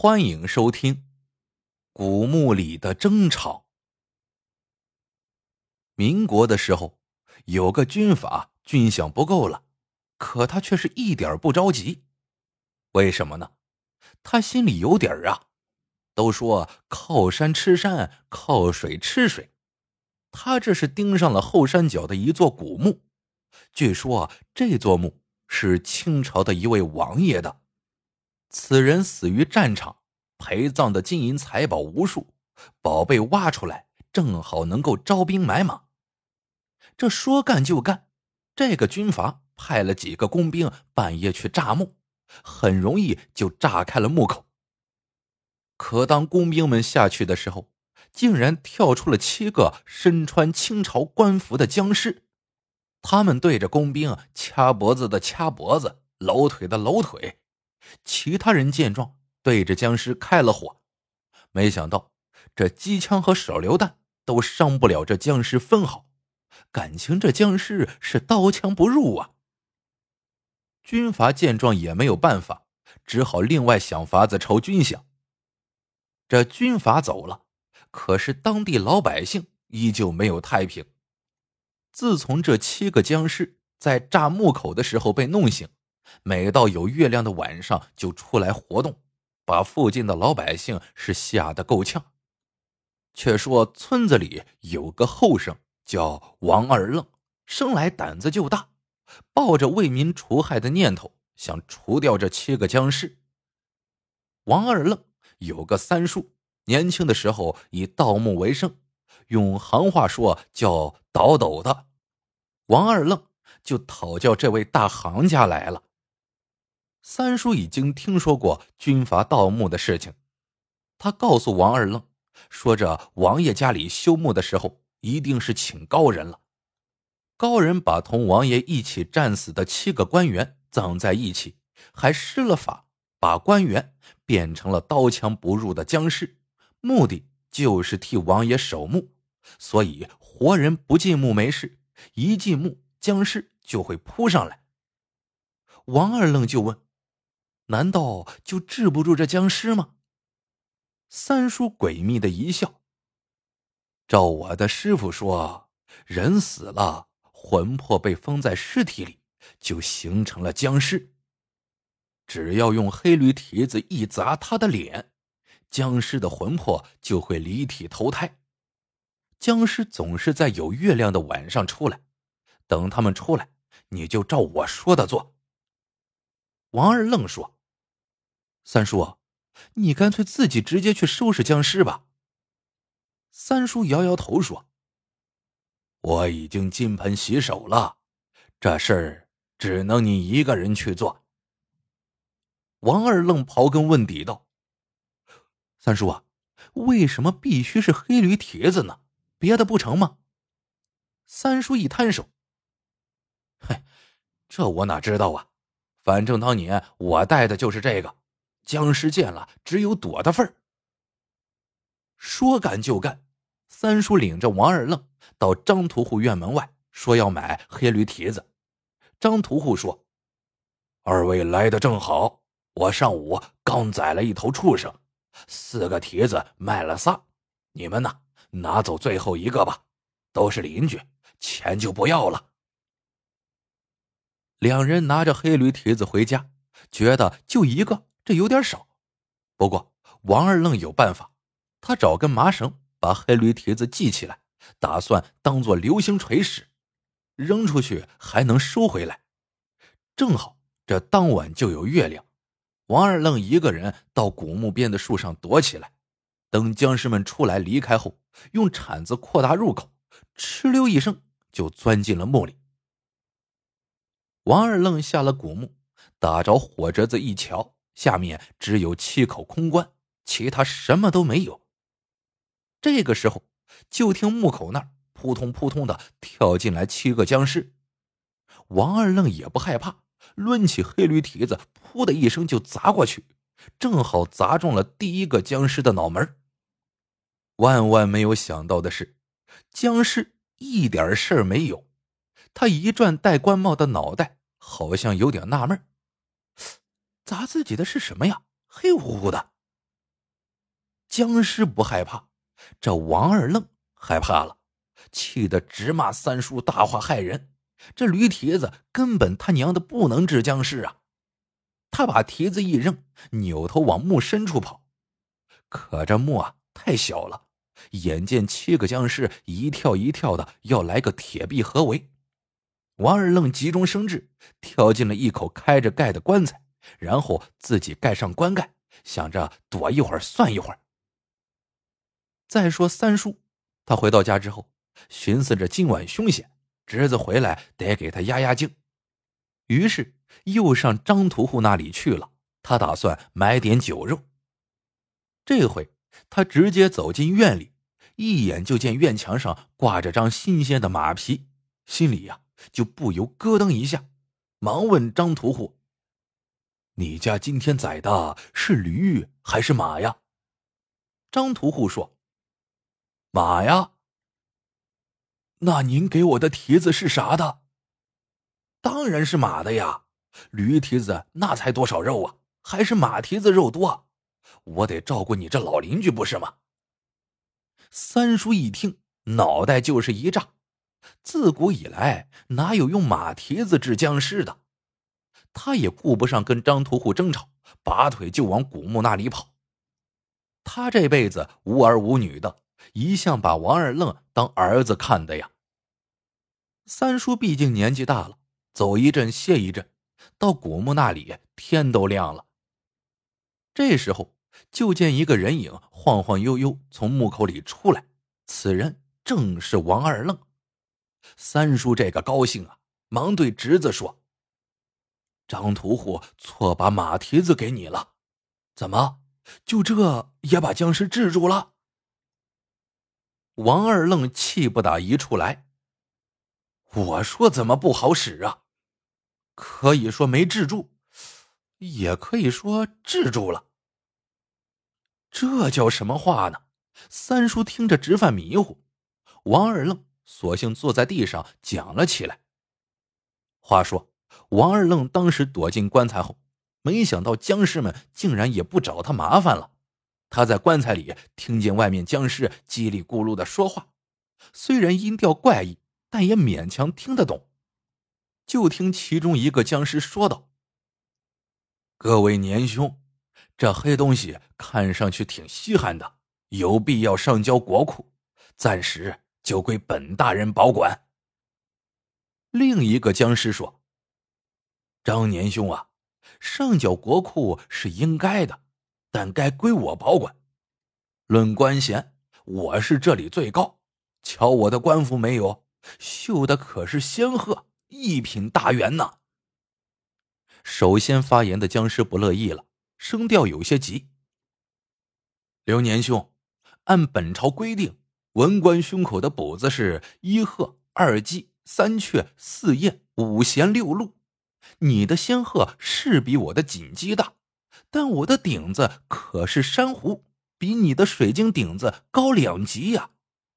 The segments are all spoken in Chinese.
欢迎收听古墓里的争吵。民国的时候，有个军阀军饷不够了，可他却是一点不着急。为什么呢？他心里有底儿啊。都说靠山吃山，靠水吃水。他这是盯上了后山脚的一座古墓，据说这座墓是清朝的一位王爷的。此人死于战场，陪葬的金银财宝无数，宝贝挖出来正好能够招兵买马。这说干就干，这个军阀派了几个工兵半夜去炸墓，很容易就炸开了墓口。可当工兵们下去的时候，竟然跳出了7个身穿清朝官服的僵尸。他们对着工兵掐脖子的掐脖子，搂腿的搂腿。其他人见状，对着僵尸开了火。没想到这机枪和手榴弹都伤不了这僵尸分毫，感情这僵尸是刀枪不入啊。军阀见状也没有办法，只好另外想法子筹军饷。这军阀走了，可是当地老百姓依旧没有太平。自从这7个僵尸在炸墓口的时候被弄醒，每到有月亮的晚上就出来活动，把附近的老百姓是吓得够呛。却说村子里有个后生叫王二愣，生来胆子就大，抱着为民除害的念头，想除掉这7个僵尸。王二愣有个三叔，年轻的时候以盗墓为生，用行话说叫倒斗的。王二愣就讨教这位大行家来了。三叔已经听说过军阀盗墓的事情，他告诉王二愣说，这王爷家里修墓的时候一定是请高人了。高人把同王爷一起战死的7个官员葬在一起，还施了法，把官员变成了刀枪不入的僵尸，目的就是替王爷守墓。所以活人不进墓没事，一进墓僵尸就会扑上来。王二愣就问，难道就治不住这僵尸吗？三叔诡秘的一笑，照我的师傅说，人死了，魂魄被封在尸体里，就形成了僵尸。只要用黑驴蹄子一砸他的脸，僵尸的魂魄就会离体投胎。僵尸总是在有月亮的晚上出来，等他们出来，你就照我说的做。王二愣说，三叔，你干脆自己直接去收拾僵尸吧。三叔摇摇头说，我已经金盆洗手了，这事儿只能你一个人去做。王二愣刨根问底道，三叔啊，为什么必须是黑驴蹄子呢？别的不成吗？三叔一摊手，嘿，这我哪知道啊，反正当年我带的就是这个，僵尸见了只有躲的份儿。说干就干，三叔领着王二愣到张屠户院门外，说要买黑驴蹄子。张屠户说，二位来得正好，我上午刚宰了一头畜生，4个蹄子卖了仨，你们呢，拿走最后一个吧，都是邻居，钱就不要了。两人拿着黑驴蹄子回家，觉得就一个，这有点少。不过王二愣有办法，他找根麻绳把黑驴蹄子系起来，打算当作流星锤使，扔出去还能收回来。正好这当晚就有月亮，王二愣一个人到古墓边的树上躲起来，等僵尸们出来离开后，用铲子扩大入口，哧溜一声就钻进了墓里。王二愣下了古墓，打着火折子一瞧，下面只有7口空棺，其他什么都没有。这个时候，就听墓口那儿扑通扑通的跳进来7个僵尸。王二愣也不害怕，抡起黑驴蹄子，噗的一声就砸过去，正好砸中了第一个僵尸的脑门。万万没有想到的是，僵尸一点事儿没有，他一转戴官帽的脑袋，好像有点纳闷，砸自己的是什么呀？黑乎乎的。 僵尸不害怕，这王二愣害怕了，气得直骂三叔大话害人。这驴蹄子根本他娘的不能治僵尸啊！他把蹄子一扔，扭头往墓深处跑。可这墓太小了，眼见7个僵尸一跳一跳的要来个铁壁合围。王二愣急中生智，跳进了一口开着盖的棺材，然后自己盖上棺盖，想着躲一会儿算一会儿。再说三叔，他回到家之后，寻思着今晚凶险，侄子回来得给他压压惊，于是又上张屠户那里去了。他打算买点酒肉。这回他直接走进院里，一眼就见院墙上挂着张新鲜的马皮，心里就不由咯噔一下，忙问张屠户：“你家今天宰的是驴还是马呀？”张屠户说：“马呀。”“那您给我的蹄子是啥的？”“当然是马的呀，驴蹄子那才多少肉啊，还是马蹄子肉多，我得照顾你这老邻居不是吗？”三叔一听，脑袋就是一炸，自古以来哪有用马蹄子治僵尸的？他也顾不上跟张屠户争吵，拔腿就往古墓那里跑。他这辈子无儿无女的，一向把王二愣当儿子看的呀。三叔毕竟年纪大了，走一阵歇一阵，到古墓那里天都亮了。这时候就见一个人影晃晃悠悠从墓口里出来，此人正是王二愣。三叔这个高兴忙对侄子说：“张屠户错把马蹄子给你了，怎么就这也把僵尸治住了？”王二愣气不打一处来：“我说怎么不好使啊？可以说没治住，也可以说治住了。”这叫什么话呢？三叔听着直犯迷糊。王二愣索性坐在地上讲了起来。话说王二愣当时躲进棺材后，没想到僵尸们竟然也不找他麻烦了。他在棺材里听见外面僵尸叽里咕噜的说话，虽然音调怪异，但也勉强听得懂。就听其中一个僵尸说道：“各位年兄，这黑东西看上去挺稀罕的，有必要上交国库，暂时就归本大人保管。”另一个僵尸说：“张年兄上缴国库是应该的，但该归我保管。论官衔，我是这里最高，瞧我的官服没有，绣的可是仙鹤，一品大员呢。”首先发言的僵尸不乐意了，声调有些急：“刘年兄，按本朝规定，文官胸口的补子是1鹤、2鸡、3雀、4雁、5衔、6鹿。你的仙鹤是比我的锦鸡大，但我的顶子可是珊瑚，比你的水晶顶子高2级呀。”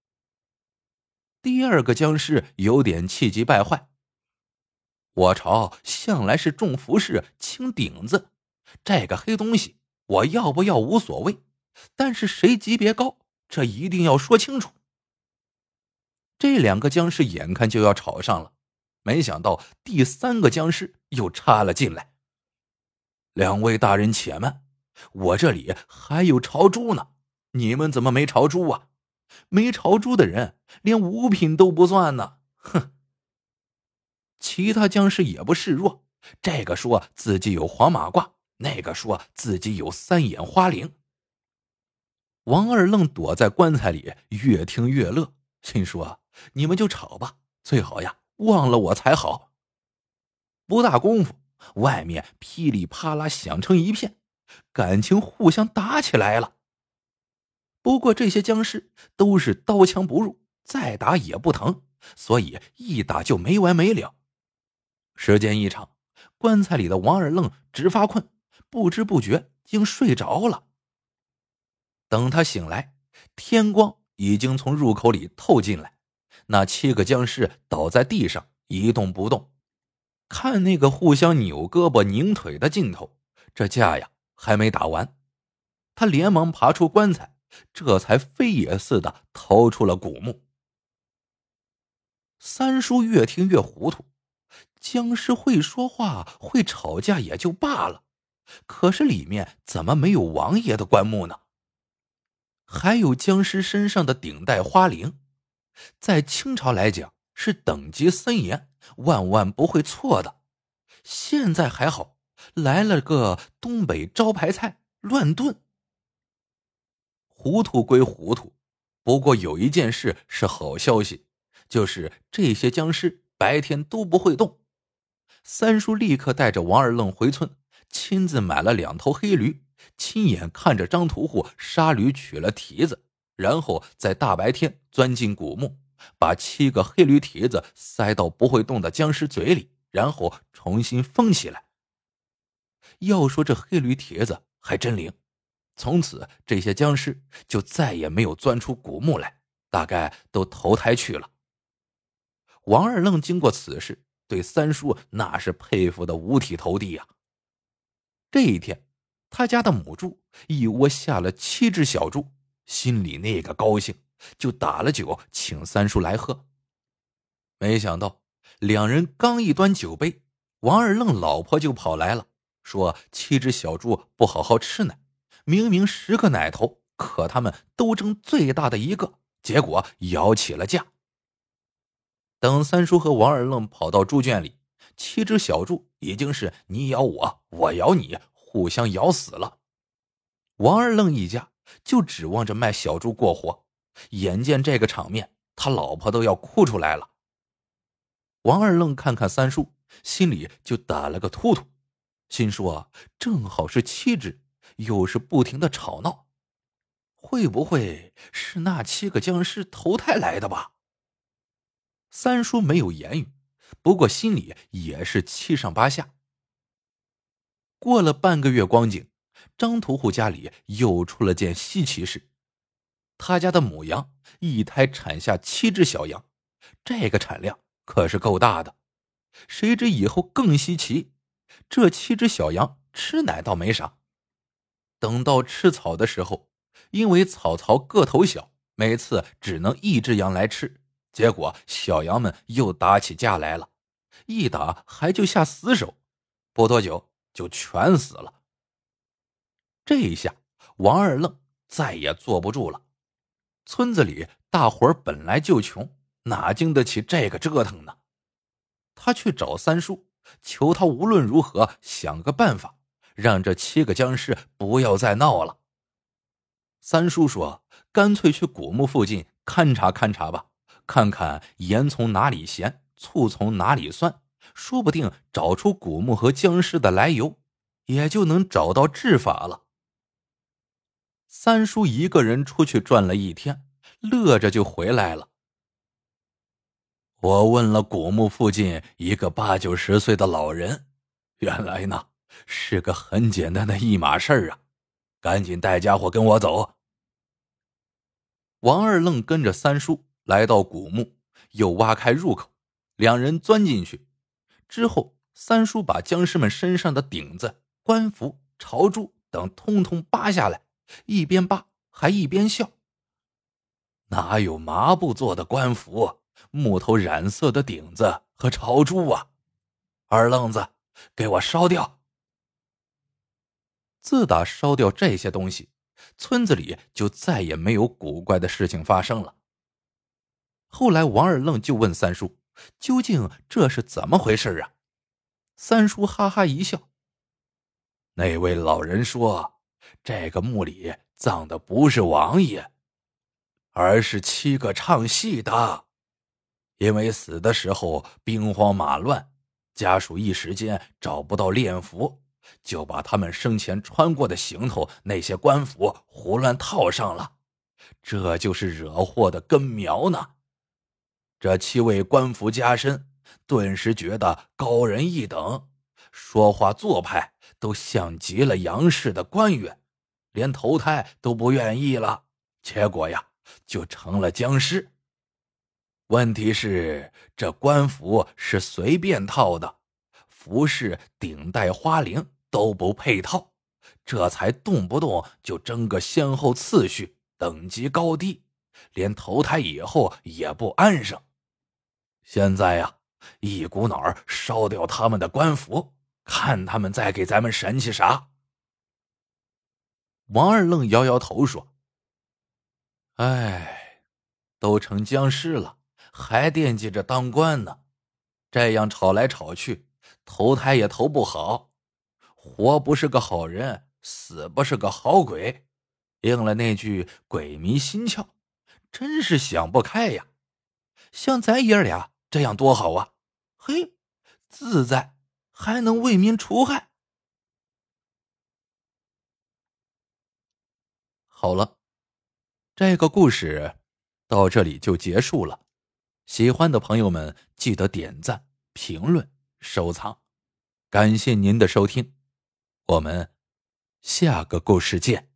第二个僵尸有点气急败坏：“我朝向来是重服饰轻顶子，这个黑东西我要不要无所谓，但是谁级别高，这一定要说清楚。”这两个僵尸眼看就要吵上了，没想到第三个僵尸又插了进来：“两位大人且慢，我这里还有朝珠呢，你们怎么没朝珠啊？没朝珠的人连5品都不算呢，哼！”其他僵尸也不示弱，这个说自己有黄马褂，那个说自己有3眼花翎。王二愣躲在棺材里，越听越乐，心说：“你们就吵吧，最好忘了我才好。”不大功夫，外面噼里啪啦响成一片，感情互相打起来了。不过这些僵尸都是刀枪不入，再打也不疼，所以一打就没完没了。时间一长，棺材里的王二愣直发困，不知不觉竟睡着了。等他醒来，天光已经从入口里透进来，那7个僵尸倒在地上一动不动。看那个互相扭胳膊拧腿的劲头，这架还没打完。他连忙爬出棺材， 这才飞也似的逃出了古墓。三叔越听越糊涂，僵尸会说话会吵架也就罢了，可是里面怎么没有王爷的棺木呢？还有僵尸身上的顶戴花翎，在清朝来讲是等级森严，万万不会错的。现在还好，来了个东北招牌菜乱炖。糊涂归糊涂，不过有一件事是好消息，就是这些僵尸白天都不会动。三叔立刻带着王二愣回村，亲自买了2头黑驴，亲眼看着张屠户杀驴取了蹄子，然后在大白天钻进古墓，把7个黑驴蹄子塞到不会动的僵尸嘴里，然后重新封起来。要说这黑驴蹄子还真灵，从此这些僵尸就再也没有钻出古墓来，大概都投胎去了。王二愣经过此事，对三叔那是佩服的五体投地呀。这一天，他家的母猪一窝下了7只小猪，心里那个高兴，就打了酒请三叔来喝。没想到2人刚一端酒杯，王二愣老婆就跑来了，说7只小猪不好好吃奶，明明10个奶头，可他们都争最大的一个，结果咬起了架。等三叔和王二愣跑到猪圈里，7只小猪已经是你咬我，我咬你，互相咬死了。王二愣一家就指望着卖小猪过活，眼见这个场面，他老婆都要哭出来了。王二愣看看三叔，心里就打了个突突，心说正好是7只，又是不停的吵闹，会不会是那7个僵尸投胎来的吧？三叔没有言语，不过心里也是七上八下。过了半个月光景，张屠户家里又出了件稀奇事。他家的母羊一胎产下7只小羊，这个产量可是够大的。谁知以后更稀奇，这7只小羊吃奶倒没啥，等到吃草的时候，因为草槽个头小，每次只能1只羊来吃，结果小羊们又打起架来了，一打还就下死手，不多久就全死了。这一下王二愣再也坐不住了，村子里大伙儿本来就穷，哪经得起这个折腾呢？他去找三叔，求他无论如何想个办法，让这7个僵尸不要再闹了。三叔说干脆去古墓附近勘察勘察吧，看看盐从哪里咸，醋从哪里酸，说不定找出古墓和僵尸的来由，也就能找到治法了。三叔一个人出去转了一天，乐着就回来了。我问了古墓附近一个8、90岁的老人，原来呢是个很简单的一码事儿啊，赶紧带家伙跟我走。王二愣跟着三叔来到古墓，又挖开入口，2人钻进去之后，三叔把僵尸们身上的顶子、官服、朝珠等通通扒下来，一边扒还一边笑。哪有麻布做的官服，木头染色的顶子和朝珠啊？二愣子，给我烧掉！自打烧掉这些东西，村子里就再也没有古怪的事情发生了。后来王二愣就问三叔，究竟这是怎么回事啊？三叔哈哈一笑，那位老人说，这个墓里葬的不是王爷，而是7个唱戏的。因为死的时候兵荒马乱，家属一时间找不到殓服，就把他们生前穿过的行头那些官服胡乱套上了，这就是惹祸的根苗呢。这7位官服加身，顿时觉得高人一等，说话做派都像极了杨氏的官员，连投胎都不愿意了，结果呀就成了僵尸。问题是这官服是随便套的，服饰、顶戴、花翎都不配套，这才动不动就争个先后次序， 等级高低，连投胎以后也不安生。现在呀，一股脑儿烧掉他们的官服，看他们再给咱们神气啥。王二愣摇摇头说：哎，都成僵尸了，还惦记着当官呢，这样吵来吵去，投胎也投不好，活不是个好人，死不是个好鬼，应了那句鬼迷心窍，真是想不开呀。像咱爷俩这样多好啊，嘿，自在，还能为民除害。好了，这个故事到这里就结束了。喜欢的朋友们记得点赞、评论、收藏，感谢您的收听，我们下个故事见。